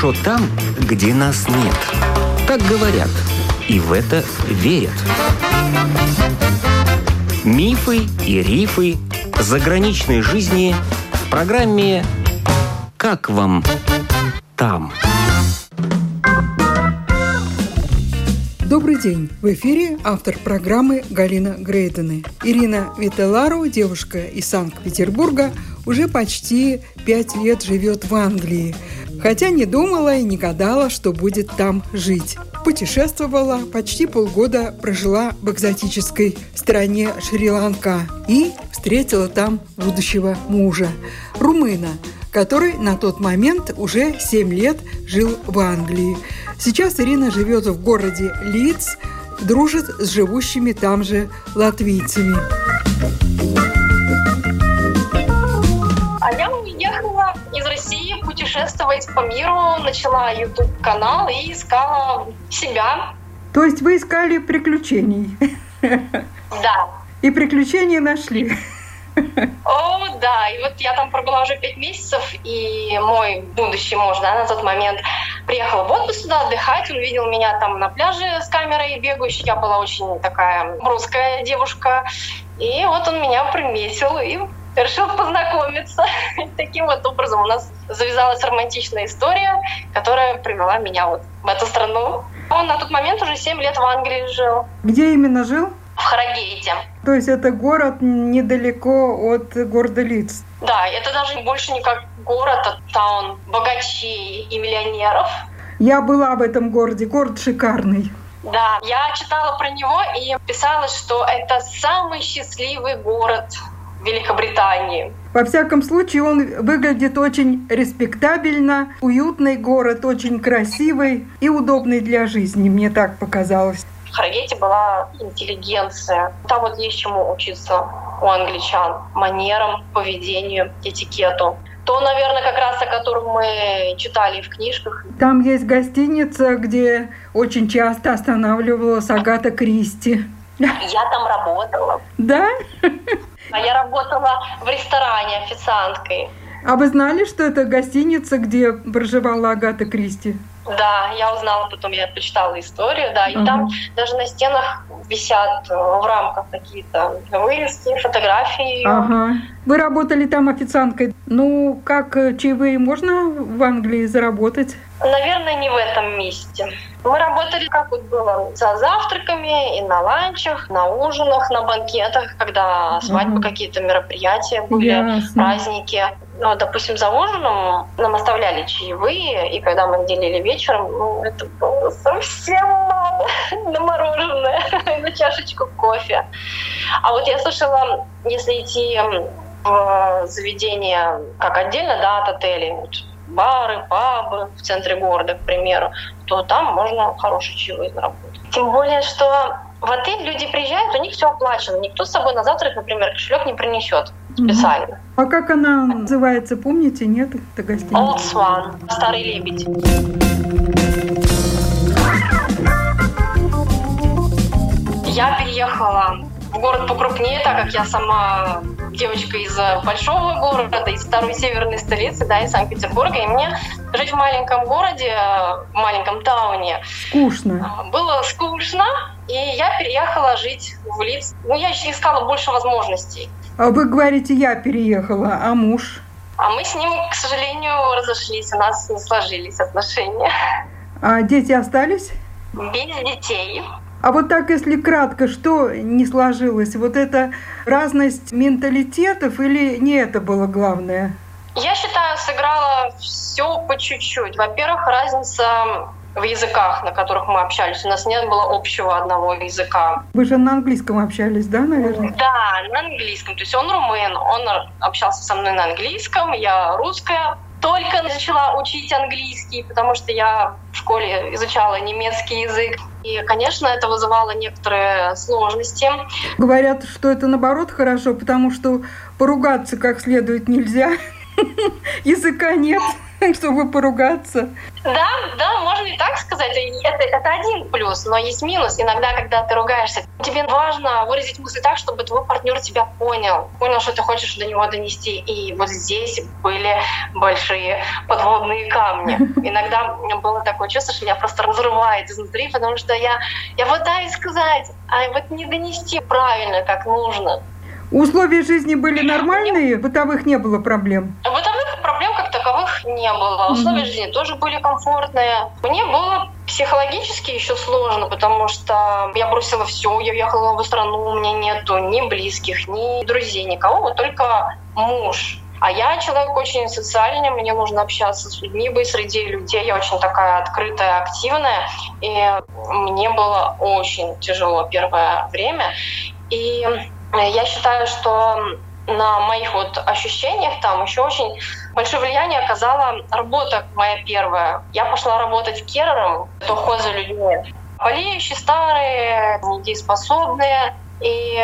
хорошо там, где нас нет. Так говорят, и в это верят. Мифы и рифы заграничной жизни в программе «Как вам там?». Добрый день! В эфире автор программы Галина Грейдены. Ирина Вителару, девушка из Санкт-Петербурга, уже почти 5 лет живет в Англии, хотя не думала и не гадала, что будет там жить. Путешествовала, почти полгода прожила в экзотической стране Шри-Ланка и встретила там будущего мужа, румына, который на тот момент уже 7 лет жил в Англии. Сейчас Ирина живет в городе Лидс, дружит с живущими там же латвийцами. А я уехала из России путешествовать по миру, начала YouTube-канал и искала себя. То есть вы искали приключений? Да. И приключения нашли? О, да. И вот я там пробыла уже 5 месяцев, и мой будущий муж, на тот момент приехал в отпуск туда отдыхать, он видел меня там на пляже с камерой бегающей. Я была очень такая русская девушка. И вот он меня приметил и решил познакомиться. И таким вот образом у нас завязалась романтичная история, которая привела меня вот в эту страну. Он на тот момент уже 7 лет в Англии жил. Где именно жил? В Харрогейте. То есть это город недалеко от города Лидс? Да, это даже больше не как город, а таун богачей и миллионеров. Я была в этом городе, город шикарный. Да, я читала про него и писала, что это самый счастливый город Великобритании. Во всяком случае, он выглядит очень респектабельно, уютный город, очень красивый и удобный для жизни, мне так показалось. В Харрогейте была интеллигенция. Там вот есть чему учиться у англичан. Манерам, поведению, этикету. То, наверное, как раз о котором мы читали в книжках. Там есть гостиница, где очень часто останавливалась Агата Кристи. Я там работала. Да? А я работала в ресторане официанткой. А вы знали, что это гостиница, где проживала Агата Кристи? Да, я узнала, потом я почитала историю, да, и там даже на стенах висят в рамках какие-то вырезки, фотографии. Ага. Вы работали там официанткой. Ну, как чаевые можно в Англии заработать? Наверное, не в этом месте. Мы работали, как вот было, за завтраками и на ланчах, на ужинах, на банкетах, когда свадьбы, какие-то мероприятия были, праздники. Ну, допустим, за ужином нам оставляли чаевые, и когда мы делили вечером, это было совсем мало на мороженое, на чашечку кофе. А вот я слышала, если идти в заведение как отдельно, да, от отелей, бары, пабы в центре города, к примеру, то там можно хорошие чаевые заработать. Тем более, что в отель люди приезжают, у них все оплачено. Никто с собой на завтрак, например, кошелек не принесет специально. А как она называется, помните, нет? Это гостиница? Old Swan, Старый лебедь. Я переехала в город покрупнее, так как я сама девочка из большого города, из второй северной столицы, да, из Санкт-Петербурга, и мне жить в маленьком городе, в маленьком тауне скучно. Было скучно, и я переехала жить в Лидс. Ну, я еще искала больше возможностей. А вы говорите, я переехала, а муж? А мы с ним, к сожалению, разошлись, у нас не сложились отношения. А дети остались? Без детей. А вот так, если кратко, что не сложилось? Вот это разность менталитетов или не это было главное? Я считаю, сыграло все по чуть-чуть. Во-первых, разница в языках, на которых мы общались. У нас не было общего одного языка. Вы же на английском общались, да, наверное? Да, на английском. То есть он румын, он общался со мной на английском, я русская. Только начала учить английский, потому что я в школе изучала немецкий язык. И, конечно, это вызывало некоторые сложности. Говорят, что это наоборот хорошо, потому что поругаться как следует нельзя. Языка нет, чтобы поругаться. Да, можно и так сказать. это один плюс, но есть минус. Иногда, когда ты ругаешься, тебе важно выразить мысль так, чтобы твой партнер тебя понял, что ты хочешь до него донести. И вот здесь были большие подводные камни. Иногда было такое чувство, что меня просто разрывает изнутри, потому что я пытаюсь сказать, а вот не донести правильно, как нужно. Условия жизни были нормальные? Бытовых не было проблем? Бытовых проблем как таковых не было. Условия жизни тоже были комфортные. Мне было психологически еще сложно, потому что я бросила все, я уехала в новую страну, у меня нету ни близких, ни друзей, никого, вот только муж. А я человек очень социальный, мне нужно общаться с людьми, быть среди людей. Я очень такая открытая, активная. И мне было очень тяжело первое время. И я считаю, что на моих вот ощущениях там еще очень большое влияние оказала работа моя первая. Я пошла работать керером, это уход за людьми. Болеющие, старые, недееспособные. И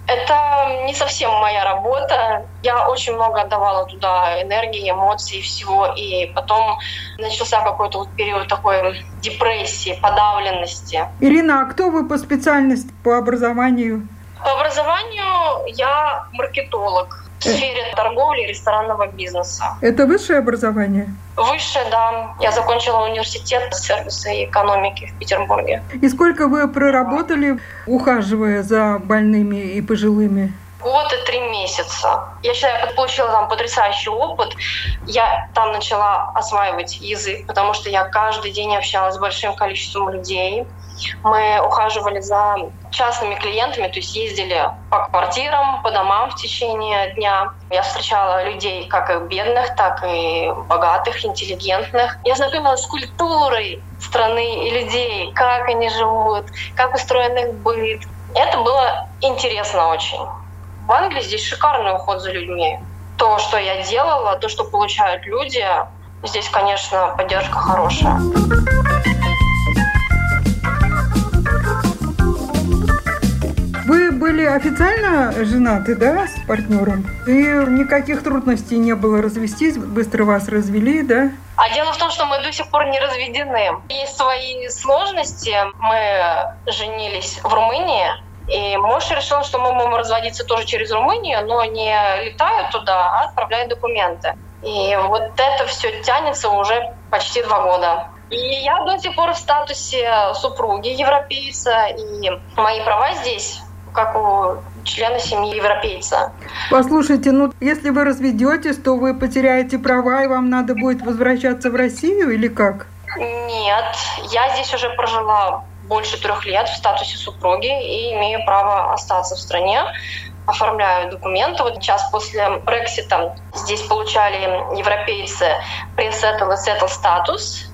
это не совсем моя работа. Я очень много отдавала туда энергии, эмоций, всего. И потом начался какой-то вот период такой депрессии, подавленности. Ирина, а кто вы по специальности, по образованию? По образованию я маркетолог в сфере торговли и ресторанного бизнеса. Это высшее образование? Высшее, да. Я закончила университет сервиса и экономики в Петербурге. И сколько вы проработали, ухаживая за больными и пожилыми? Год и 3 месяца. Я считаю, я получила там потрясающий опыт. Я там начала осваивать язык, потому что я каждый день общалась с большим количеством людей. Мы ухаживали за частными клиентами, то есть ездили по квартирам, по домам в течение дня. Я встречала людей как и бедных, так и богатых, интеллигентных. Я знакомилась с культурой страны и людей, как они живут, как устроен их быт. Это было интересно очень. В Англии здесь шикарный уход за людьми. То, что я делала, то, что получают люди, здесь, конечно, поддержка хорошая. Вы были официально женаты, да, с партнером? И никаких трудностей не было развестись, быстро вас развели, да? А дело в том, что мы до сих пор не разведены. Есть свои сложности. Мы женились в Румынии, и муж решил, что мы можем разводиться тоже через Румынию, но не летая туда, а отправляя документы. И вот это все тянется уже почти 2 года. И я до сих пор в статусе супруги европейца, и мои права здесь как у члена семьи европейца. Послушайте, если вы разведетесь, то вы потеряете права, и вам надо будет возвращаться в Россию или как? Нет, я здесь уже прожила больше 3 лет в статусе супруги и имею право остаться в стране. Оформляю документы. Вот сейчас после Брексита здесь получали европейцы pre-settle и settle статус.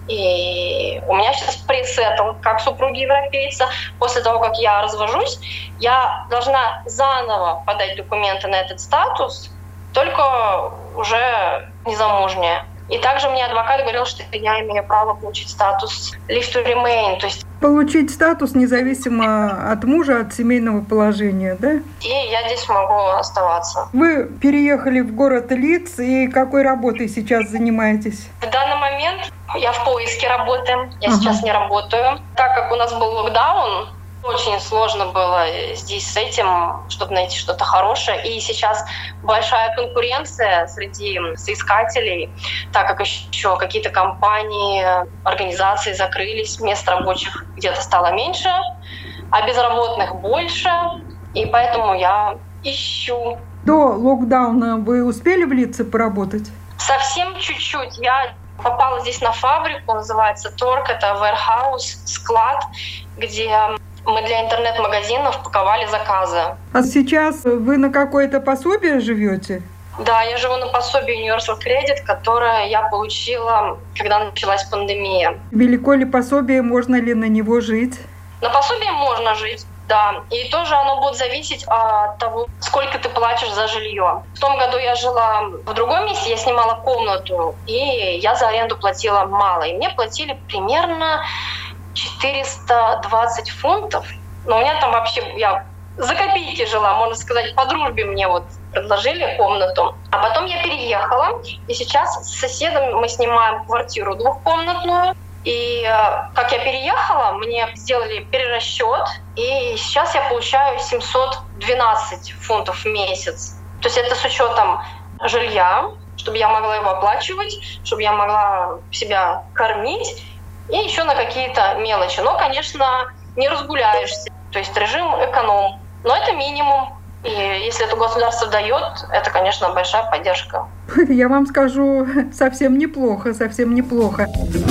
И у меня сейчас pre-settle как супруги европейца. После того, как я развожусь, я должна заново подать документы на этот статус, только уже незамужняя. И также мне адвокат говорил, что я имею право получить статус leave to remain, то есть получить статус независимо от мужа, от семейного положения, да? И я здесь могу оставаться. Вы переехали в город Лидс, и какой работой сейчас занимаетесь? В данный момент я в поиске работы, я сейчас не работаю. Так как у нас был локдаун, очень сложно было здесь с этим, чтобы найти что-то хорошее. И сейчас большая конкуренция среди соискателей, так как еще какие-то компании, организации закрылись, мест рабочих где-то стало меньше, а безработных больше. И поэтому я ищу. До локдауна вы успели в Лидсе поработать? Совсем чуть-чуть. Я попала здесь на фабрику, называется Торг, это warehouse, склад, где мы для интернет-магазинов паковали заказы. А сейчас вы на какое-то пособие живете? Да, я живу на пособии Universal Credit, которое я получила, когда началась пандемия. Велико ли пособие, можно ли на него жить? На пособии можно жить, да. И тоже оно будет зависеть от того, сколько ты платишь за жилье. В том году я жила в другом месте, я снимала комнату, и я за аренду платила мало. И мне платили примерно 420 фунтов. Но у меня там вообще, я за копейки жила, можно сказать, по дружбе мне вот предложили комнату. А потом я переехала, и сейчас с соседом мы снимаем квартиру 2-комнатную. И как я переехала, мне сделали перерасчет, и сейчас я получаю 712 фунтов в месяц. То есть это с учетом жилья, чтобы я могла его оплачивать, чтобы я могла себя кормить, и еще на какие-то мелочи. Но, конечно, не разгуляешься. То есть режим эконом. Но это минимум. И если это государство дает, это, конечно, большая поддержка. Я вам скажу, совсем неплохо, совсем неплохо.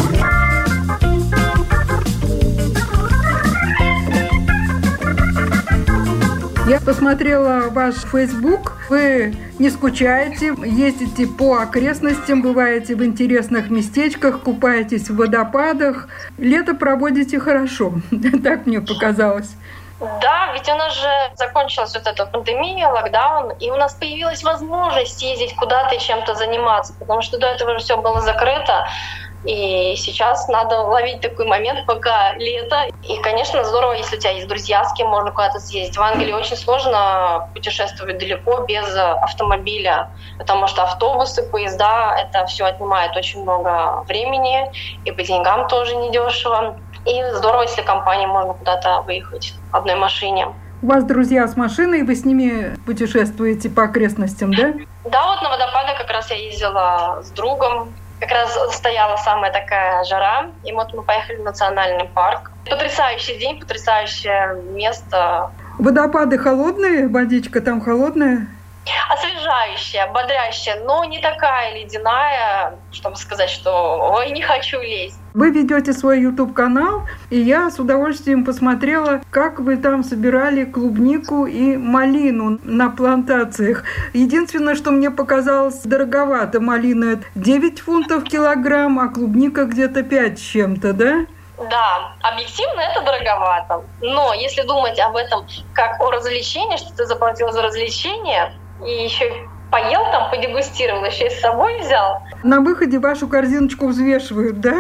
Я посмотрела ваш Facebook. Вы не скучаете, ездите по окрестностям, бываете в интересных местечках, купаетесь в водопадах. Лето проводите хорошо. Так мне показалось. Да, ведь у нас же закончилась вот эта пандемия, локдаун, и у нас появилась возможность ездить куда-то и чем-то заниматься, потому что до этого же все было закрыто. И сейчас надо ловить такой момент, пока лето. И, конечно, здорово, если у тебя есть друзья, с кем можно куда-то съездить. В Англии очень сложно путешествовать далеко без автомобиля, потому что автобусы, поезда, это все отнимает очень много времени, и по деньгам тоже недешево. И здорово, если компанией можно куда-то выехать в одной машине. У вас друзья с машиной, вы с ними путешествуете по окрестностям, да? Да, вот на водопады как раз я ездила с другом. Как раз стояла самая такая жара, и вот мы поехали в национальный парк. Потрясающий день, потрясающее место. Водопады холодные? Водичка там холодная? Освежающая, бодрящая, но не такая ледяная, чтобы сказать, что «ой, не хочу лезть». Вы ведете свой YouTube-канал, и я с удовольствием посмотрела, как вы там собирали клубнику и малину на плантациях. Единственное, что мне показалось дороговато, малина 9 фунтов килограмм, а клубника где-то 5 с чем-то, да? Да, объективно это дороговато. Но если думать об этом как о развлечении, что ты заплатил за развлечение, и еще поел там, подегустировал, еще и с собой взял. На выходе вашу корзиночку взвешивают, да?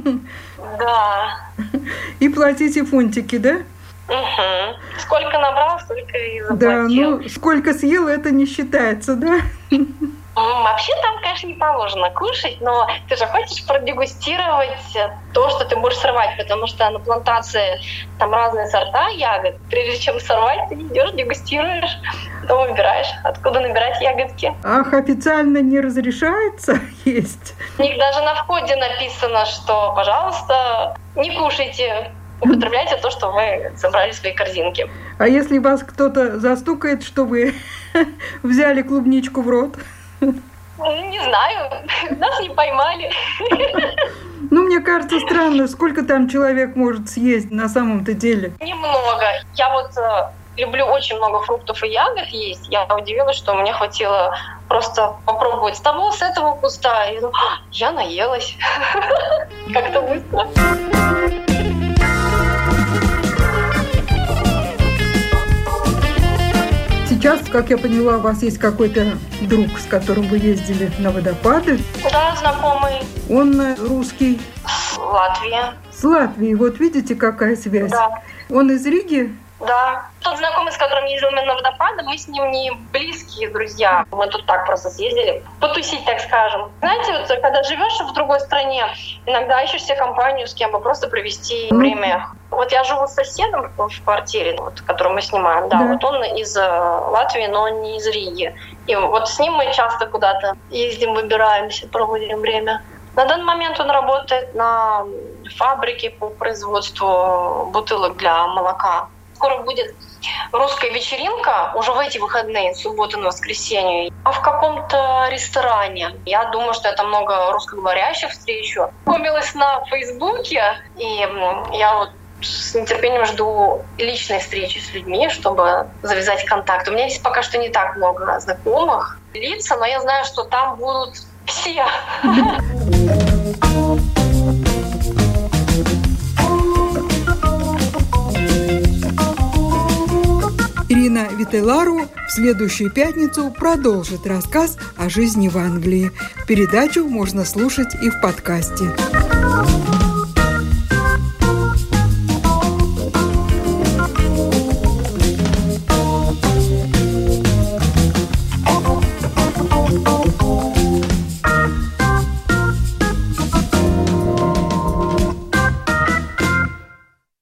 Да. И платите фунтики, да? Угу. Сколько набрал, столько и заплатил. Да, ну сколько съел, это не считается, да? Вообще там, конечно, не положено кушать, но ты же хочешь продегустировать то, что ты будешь сорвать, потому что на плантации там разные сорта ягод. Прежде чем сорвать, ты идешь, дегустируешь, потом выбираешь, откуда набирать ягодки. Ах, официально не разрешается есть? У них даже на входе написано, что, пожалуйста, не кушайте, употребляйте то, что вы собрали в своей корзинке. А если вас кто-то застукает, что вы взяли клубничку в рот? Не знаю, нас не поймали. Ну, мне кажется, странно, сколько там человек может съесть на самом-то деле? Немного. Я вот люблю очень много фруктов и ягод есть. Я удивилась, что мне хватило просто попробовать с того, с этого куста. И я наелась. Как-то быстро. Сейчас, как я поняла, у вас есть какой-то друг, с которым вы ездили на водопады. Да, знакомый. Он русский. С Латвии. С Латвии. Вот видите, какая связь. Да. Он из Риги? Да. Тот знакомый, с которым ездил на водопады, мы с ним не близкие друзья. Мы тут так просто съездили, потусить, так скажем. Знаете, вот когда живешь в другой стране, иногда ищешь себе компанию, с кем бы просто провести время. Вот я живу с соседом в квартире, вот, которую мы снимаем. Да, вот он из Латвии, но он не из Риги. И вот с ним мы часто куда-то ездим, выбираемся, проводим время. На данный момент он работает на фабрике по производству бутылок для молока. Скоро будет русская вечеринка, уже в эти выходные, в субботу на воскресенье, а в каком-то ресторане. Я думаю, что это много русскоговорящих встречу. Помнилась на Фейсбуке, и я вот с нетерпением жду личной встречи с людьми, чтобы завязать контакт. У меня здесь пока что не так много знакомых лиц, но я знаю, что там будут все. Ирина Вителару в следующую пятницу продолжит рассказ о жизни в Англии. Передачу можно слушать и в подкасте.